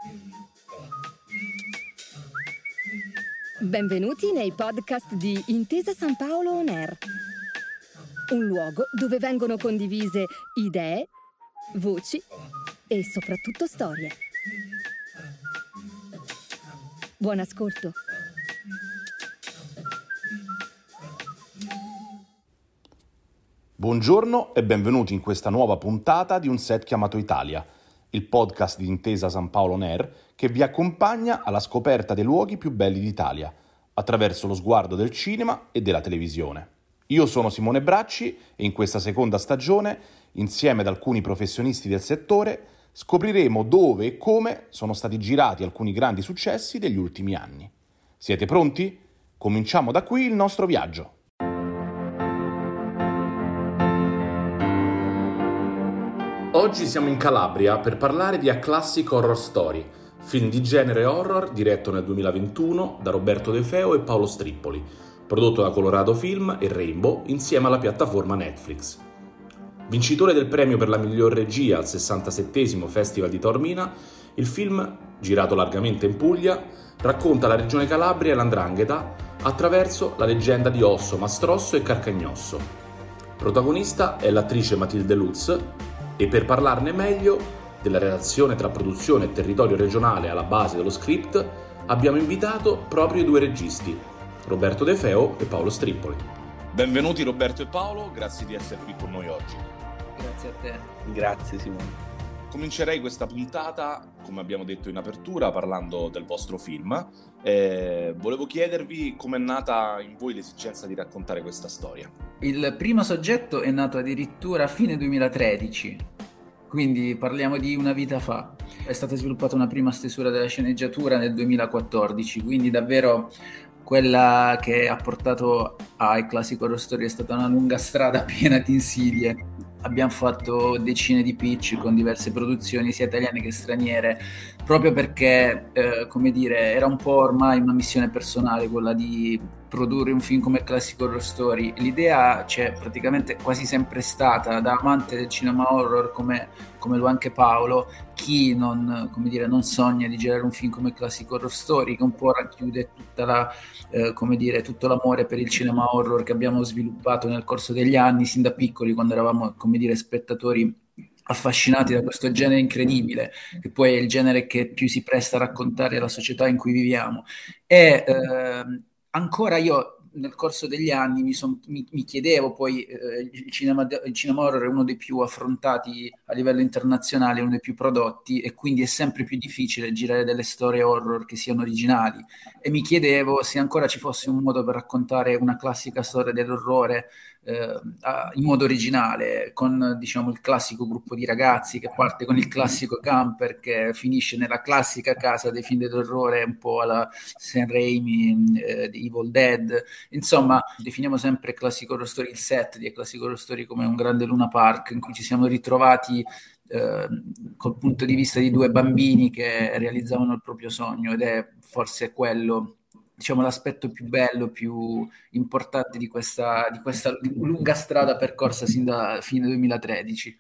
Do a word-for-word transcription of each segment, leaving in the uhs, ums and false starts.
Benvenuti nei podcast di Intesa San Paolo On Air, un luogo dove vengono condivise idee, voci e soprattutto storie. Buon ascolto. Buongiorno e benvenuti in questa nuova puntata di Un Set Chiamato Italia, il podcast di Intesa San Paolo On Air che vi accompagna alla scoperta dei luoghi più belli d'Italia, attraverso lo sguardo del cinema e della televisione. Io sono Simone Bracci e in questa seconda stagione, insieme ad alcuni professionisti del settore, scopriremo dove e come sono stati girati alcuni grandi successi degli ultimi anni. Siete pronti? Cominciamo da qui il nostro viaggio. Oggi siamo in Calabria per parlare di A Classic Horror Story, film di genere horror diretto nel duemilaventuno da Roberto De Feo e Paolo Strippoli, prodotto da Colorado Film e Rainbow insieme alla piattaforma Netflix. Vincitore del premio per la miglior regia al sessantasettesimo Festival di Taormina, il film, girato largamente in Puglia, racconta la regione Calabria e l'Andrangheta attraverso la leggenda di Osso, Mastrosso e Carcagnosso. Protagonista è l'attrice Matilde Lutz, e per parlarne meglio della relazione tra produzione e territorio regionale alla base dello script abbiamo invitato proprio i due registi, Roberto De Feo e Paolo Strippoli. Benvenuti Roberto e Paolo, grazie di essere qui con noi oggi. Grazie a te. Grazie Simone. Comincerei questa puntata, come abbiamo detto in apertura, parlando del vostro film. Eh, volevo chiedervi com'è nata in voi l'esigenza di raccontare questa storia. Il primo soggetto è nato addirittura a fine duemilatredici, quindi parliamo di una vita fa. È stata sviluppata una prima stesura della sceneggiatura nel duemilaquattordici, quindi davvero quella che ha portato ai Classic Horror Story è stata una lunga strada piena di insidie. Abbiamo fatto decine di pitch con diverse produzioni, sia italiane che straniere, proprio perché, eh, come dire, era un po' ormai una missione personale quella di produrre un film come Classic Horror Story. L'idea c'è praticamente quasi sempre stata, da amante del cinema horror come, come lo è anche Paolo, chi non, come dire, non sogna di girare un film come Classic Horror Story, che un po' racchiude tutta la, eh, come dire, tutto l'amore per il cinema horror che abbiamo sviluppato nel corso degli anni, sin da piccoli, quando eravamo, come dire, spettatori affascinati da questo genere incredibile, che poi è il genere che più si presta a raccontare la società in cui viviamo. E eh, ancora io nel corso degli anni mi, son, mi, mi chiedevo poi eh, il, cinema, il cinema horror è uno dei più affrontati a livello internazionale, uno dei più prodotti, e quindi è sempre più difficile girare delle storie horror che siano originali, e mi chiedevo se ancora ci fosse un modo per raccontare una classica storia dell'orrore eh, in modo originale, con, diciamo, il classico gruppo di ragazzi che parte con il classico camper che finisce nella classica casa dei film dell'orrore, un po' alla Sam Raimi, eh, di Evil Dead. Insomma, definiamo sempre Classic Horror Story il set di Classic Horror Story come un grande Luna Park in cui ci siamo ritrovati eh, col punto di vista di due bambini che realizzavano il proprio sogno, ed è forse quello, diciamo, l'aspetto più bello, più importante di questa, di questa lunga strada percorsa sin da fine duemilatredici.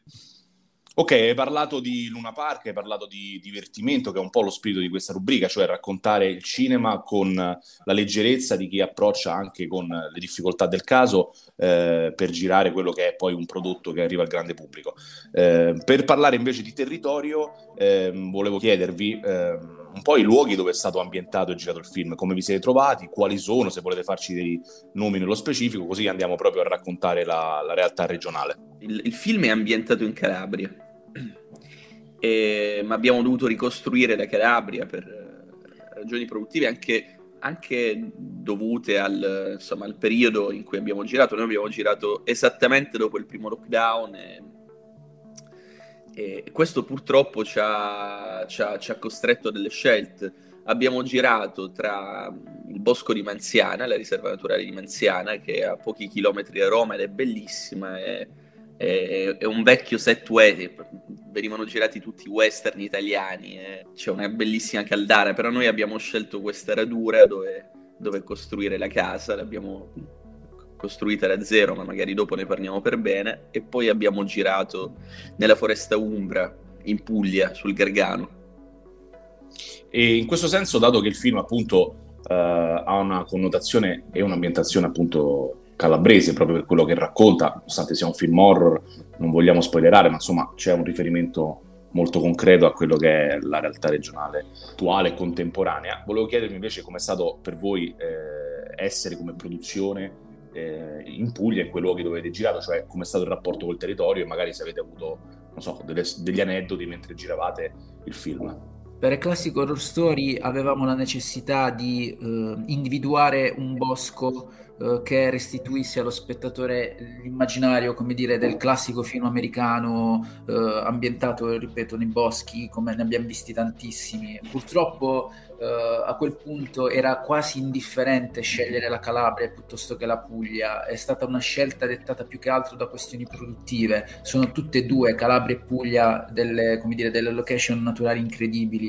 Ok, hai parlato di Luna Park, hai parlato di divertimento, che è un po' lo spirito di questa rubrica, cioè raccontare il cinema con la leggerezza di chi approccia anche con le difficoltà del caso eh, per girare quello che è poi un prodotto che arriva al grande pubblico. Eh, per parlare invece di territorio, eh, volevo chiedervi eh, un po' i luoghi dove è stato ambientato e girato il film, come vi siete trovati, quali sono, se volete farci dei nomi nello specifico, così andiamo proprio a raccontare la, la realtà regionale. Il, il film è ambientato in Calabria, e, ma abbiamo dovuto ricostruire la Calabria per ragioni produttive anche, anche dovute al, insomma, al periodo in cui abbiamo girato. Noi abbiamo girato esattamente dopo il primo lockdown e, e questo purtroppo ci ha, ci, ha, ci ha costretto a delle scelte. Abbiamo girato tra il bosco di Manziana, la riserva naturale di Manziana, che è a pochi chilometri da Roma ed è bellissima, è, è, è un vecchio set western, venivano girati tutti i western italiani, è, c'è una bellissima Caldara, però noi abbiamo scelto questa radura dove, dove costruire la casa, l'abbiamo costruita da zero, ma magari dopo ne parliamo per bene, e poi abbiamo girato nella foresta umbra, in Puglia, sul Gargano. E in questo senso, dato che il film appunto eh, ha una connotazione e un'ambientazione appunto calabrese, proprio per quello che racconta, nonostante sia un film horror, non vogliamo spoilerare, ma insomma c'è un riferimento molto concreto a quello che è la realtà regionale attuale e contemporanea. Volevo chiedermi invece com'è stato per voi eh, essere come produzione eh, in Puglia, in quei luoghi dove avete girato, cioè com'è stato il rapporto col territorio e magari se avete avuto, non so, delle, degli aneddoti mentre giravate il film. Per Classic Horror Story avevamo la necessità di eh, individuare un bosco eh, che restituisse allo spettatore l'immaginario, come dire, del classico film americano eh, ambientato, ripeto, nei boschi, come ne abbiamo visti tantissimi. Purtroppo eh, a quel punto era quasi indifferente scegliere la Calabria piuttosto che la Puglia. È stata una scelta dettata più che altro da questioni produttive. Sono tutte e due, Calabria e Puglia, delle, come dire, delle location naturali incredibili,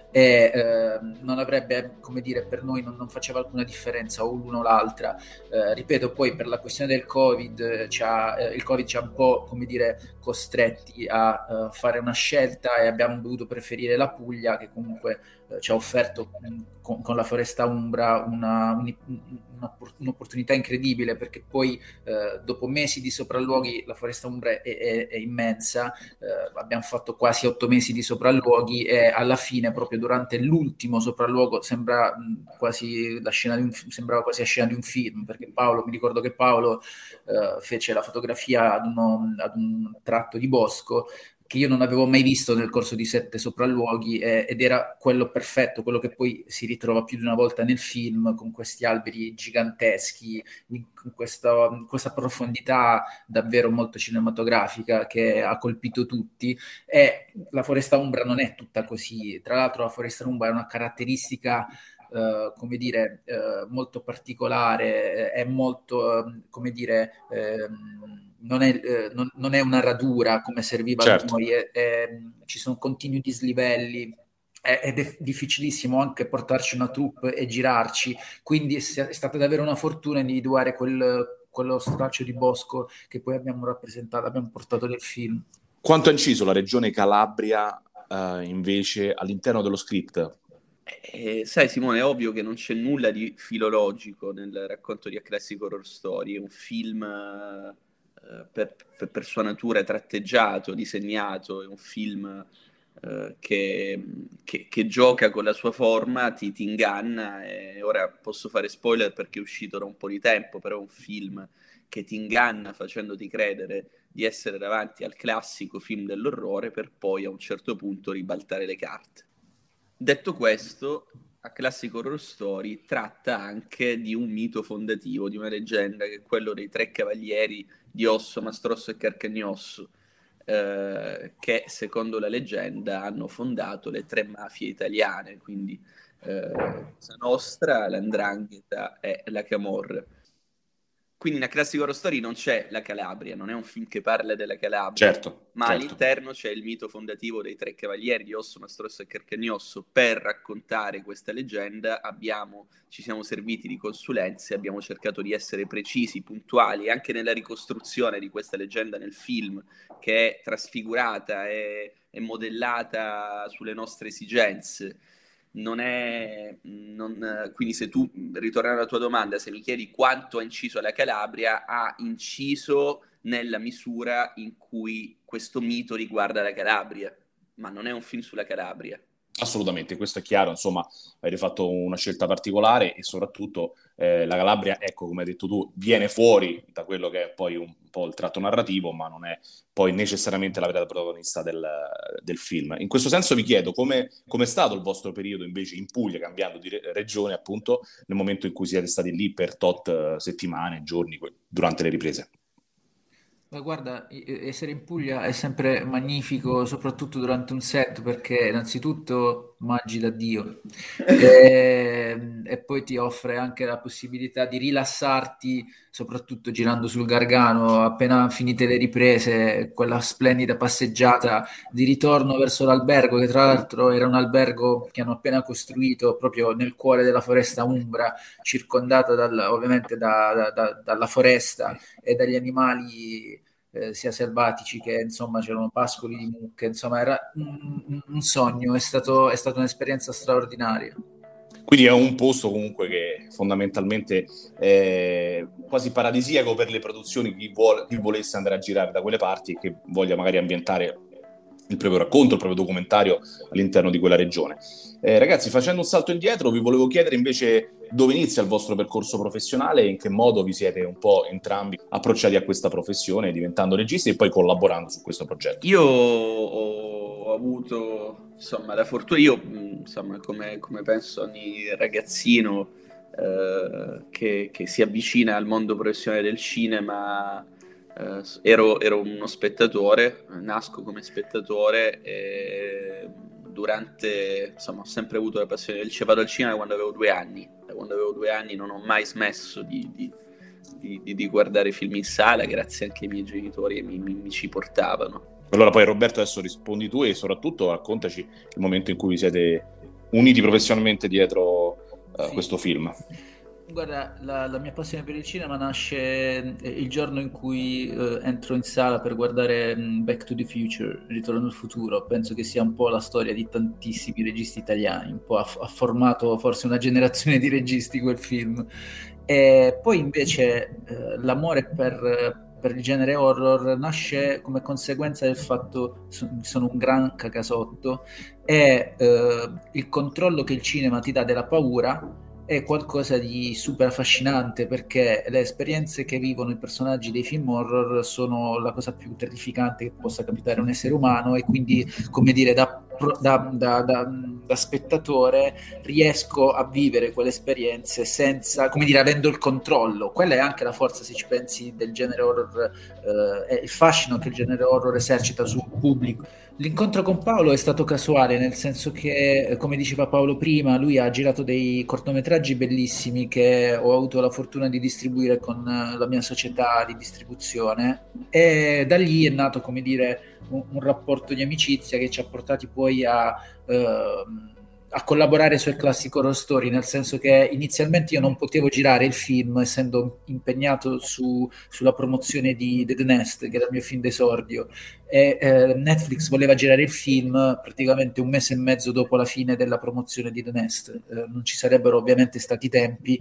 e eh, non avrebbe, come dire, per noi non, non faceva alcuna differenza o l'una o l'altra. Eh, ripeto, poi per la questione del Covid ci ha, eh, il Covid ci ha un po', come dire, costretti a uh, fare una scelta, e abbiamo dovuto preferire la Puglia, che comunque uh, ci ha offerto mh, con, con la Foresta Umbra una, un, una, un'opportunità incredibile, perché poi uh, dopo mesi di sopralluoghi, la Foresta Umbra è, è, è immensa. Uh, abbiamo fatto quasi otto mesi di sopralluoghi e alla fine, proprio durante l'ultimo sopralluogo, sembra mh, quasi la scena di un, sembrava quasi la scena di un film, perché Paolo, mi ricordo che Paolo uh, fece la fotografia ad, uno, ad un tratto di bosco che io non avevo mai visto nel corso di sette sopralluoghi, eh, ed era quello perfetto, quello che poi si ritrova più di una volta nel film, con questi alberi giganteschi, con questa, questa profondità davvero molto cinematografica che ha colpito tutti. E la Foresta Umbra non è tutta così. Tra l'altro la Foresta Umbra è una caratteristica Uh, come dire, uh, molto particolare, è molto, uh, come dire, uh, non, è, uh, non, non è una radura come serviva Certo. a noi, è, è, ci sono continui dislivelli, è, ed è difficilissimo anche portarci una troupe e girarci, quindi è, è stata davvero una fortuna individuare quel, quello straccio di bosco che poi abbiamo rappresentato, abbiamo portato nel film. Quanto ha inciso la regione Calabria uh, invece all'interno dello script? Eh, sai Simone, è ovvio che non c'è nulla di filologico nel racconto di A Classic Horror Story, è un film eh, per, per, per sua natura tratteggiato, disegnato, è un film eh, che, che, che gioca con la sua forma, ti, ti inganna, e ora posso fare spoiler perché è uscito da un po' di tempo, però è un film che ti inganna facendoti credere di essere davanti al classico film dell'orrore per poi a un certo punto ribaltare le carte. Detto questo, A Classic Horror Story tratta anche di un mito fondativo, di una leggenda, che è quello dei tre cavalieri di Osso, Mastrosso e Carcagnosso, eh, che secondo la leggenda hanno fondato le tre mafie italiane, quindi eh, Cosa Nostra, la 'Ndrangheta e la Camorra. Quindi in A Classic Horror Story non c'è la Calabria, non è un film che parla della Calabria, certo, ma certo. all'interno c'è il mito fondativo dei tre cavalieri di Osso, Mastrosso e Carcagnosso. Per raccontare questa leggenda abbiamo, ci siamo serviti di consulenze, abbiamo cercato di essere precisi, puntuali, anche nella ricostruzione di questa leggenda nel film, che è trasfigurata e, e modellata sulle nostre esigenze. Non è, non, quindi se tu, ritornando alla tua domanda, se mi chiedi quanto ha inciso la Calabria, ha inciso nella misura in cui questo mito riguarda la Calabria, ma non è un film sulla Calabria. Assolutamente, questo è chiaro, insomma, avete fatto una scelta particolare e soprattutto eh, la Calabria, ecco, come hai detto tu, viene fuori da quello che è poi un po' il tratto narrativo, ma non è poi necessariamente la vera protagonista del, del film. In questo senso vi chiedo come è stato il vostro periodo invece in Puglia, cambiando di re- regione appunto, nel momento in cui siete stati lì per tot uh, settimane, giorni, durante le riprese. Ma guarda, essere in Puglia è sempre magnifico, soprattutto durante un set, perché innanzitutto mangi da Dio e, e poi ti offre anche la possibilità di rilassarti, soprattutto girando sul Gargano, appena finite le riprese, quella splendida passeggiata di ritorno verso l'albergo, che tra l'altro era un albergo che hanno appena costruito proprio nel cuore della Foresta Umbra, circondato dal, ovviamente da, da, da, dalla foresta e dagli animali eh, sia selvatici che insomma c'erano pascoli di mucche, insomma era un, un sogno, è stato, è stata un'esperienza straordinaria. Quindi è un posto comunque che fondamentalmente è quasi paradisiaco per le produzioni, chi, vuole, chi volesse andare a girare da quelle parti e che voglia magari ambientare il proprio racconto, il proprio documentario all'interno di quella regione. Eh, ragazzi, facendo un salto indietro, vi volevo chiedere invece dove inizia il vostro percorso professionale e in che modo vi siete un po' entrambi approcciati a questa professione, diventando registi e poi collaborando su questo progetto. Io ho avuto insomma la fortuna, io insomma come, come penso ogni ragazzino eh, che, che si avvicina al mondo professionale del cinema, eh, ero, ero uno spettatore, nasco come spettatore e durante, insomma, ho sempre avuto la passione del cinema. Vado al cinema quando avevo due anni, da quando avevo due anni non ho mai smesso di, di, di, di guardare film in sala, grazie anche ai miei genitori che mi, mi, mi ci portavano. Allora poi Roberto adesso rispondi tu e soprattutto raccontaci il momento in cui vi siete uniti professionalmente dietro uh, sì. questo film. Guarda, la, la mia passione per il cinema nasce il giorno in cui uh, entro in sala per guardare um, Back to the Future, Ritorno al futuro. Penso che sia un po' la storia di tantissimi registi italiani, un po' ha, ha formato forse una generazione di registi quel film. E poi invece uh, l'amore per... per il genere horror nasce come conseguenza del fatto che sono un gran cacasotto e eh, il controllo che il cinema ti dà della paura è qualcosa di super affascinante, perché le esperienze che vivono i personaggi dei film horror sono la cosa più terrificante che possa capitare a un essere umano, e quindi, come dire, da, da, da, da, da spettatore riesco a vivere quelle esperienze senza, come dire, avendo il controllo. Quella è anche la forza, se ci pensi, del genere horror, eh, è il fascino che il genere horror esercita sul pubblico. L'incontro con Paolo è stato casuale, nel senso che, come diceva Paolo prima, lui ha girato dei cortometraggi bellissimi che ho avuto la fortuna di distribuire con la mia società di distribuzione, e da lì è nato, come dire, un, un rapporto di amicizia che ci ha portati poi a... Uh, a collaborare sul classico Horror Story, nel senso che inizialmente io non potevo girare il film essendo impegnato su, sulla promozione di The Nest, che era il mio film d'esordio, e eh, Netflix voleva girare il film praticamente un mese e mezzo dopo la fine della promozione di The Nest. Eh, non ci sarebbero ovviamente stati tempi,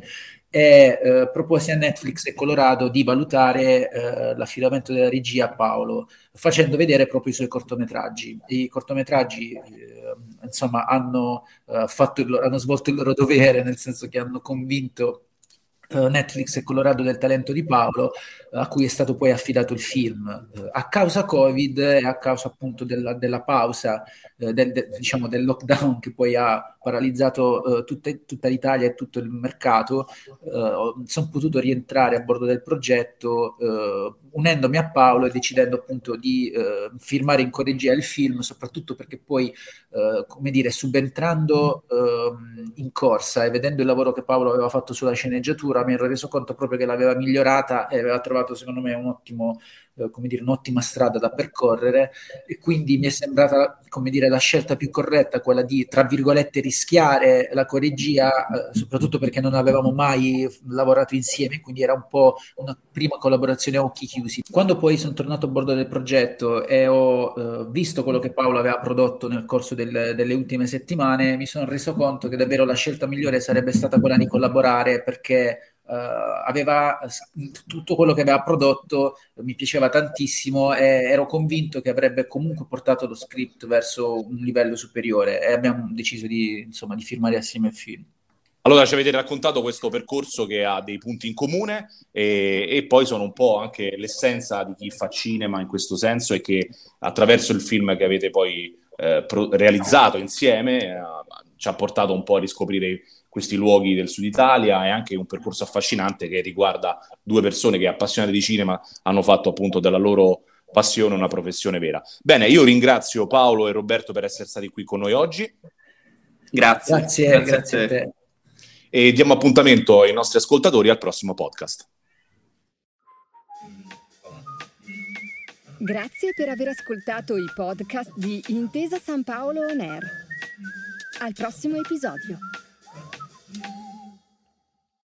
e eh, proposi a Netflix e Colorado di valutare eh, l'affidamento della regia a Paolo, facendo vedere proprio i suoi cortometraggi. I cortometraggi eh, insomma hanno, uh, fatto il loro, hanno svolto il loro dovere, nel senso che hanno convinto uh, Netflix e Colorado del talento di Paolo, uh, a cui è stato poi affidato il film. Uh, a causa Covid e a causa appunto della, della pausa, uh, del, de, diciamo del lockdown che poi ha paralizzato uh, tutta, tutta l'Italia e tutto il mercato, uh, sono potuto rientrare a bordo del progetto, uh, unendomi a Paolo e decidendo appunto di uh, firmare in coregia il film, soprattutto perché poi Uh, come dire, subentrando uh, in corsa e vedendo il lavoro che Paolo aveva fatto sulla sceneggiatura, mi ero reso conto proprio che l'aveva migliorata e aveva trovato, secondo me, un ottimo, uh, come dire, un'ottima strada da percorrere, e quindi mi è sembrata, come dire, la scelta più corretta quella di, tra virgolette, rischiare la coregia, uh, soprattutto perché non avevamo mai lavorato insieme, quindi era un po' una prima collaborazione a occhi chiusi. Quando poi sono tornato a bordo del progetto e ho uh, visto quello che Paolo aveva prodotto nel corso del delle ultime settimane, mi sono reso conto che davvero la scelta migliore sarebbe stata quella di collaborare, perché uh, aveva tutto quello che aveva prodotto, mi piaceva tantissimo e ero convinto che avrebbe comunque portato lo script verso un livello superiore, e abbiamo deciso di, insomma, di firmare assieme il film. Allora ci avete raccontato questo percorso che ha dei punti in comune e, e poi sono un po' anche l'essenza di chi fa cinema in questo senso, e che attraverso il film che avete poi eh, pro- realizzato insieme eh, ci ha portato un po' a riscoprire questi luoghi del Sud Italia, e anche un percorso affascinante che riguarda due persone che, appassionate di cinema, hanno fatto appunto della loro passione una professione vera. Bene, io ringrazio Paolo e Roberto per essere stati qui con noi oggi. Grazie. Grazie, grazie, grazie a te. E diamo appuntamento ai nostri ascoltatori al prossimo podcast. Grazie per aver ascoltato i podcast di Intesa San Paolo On Air. Al prossimo episodio.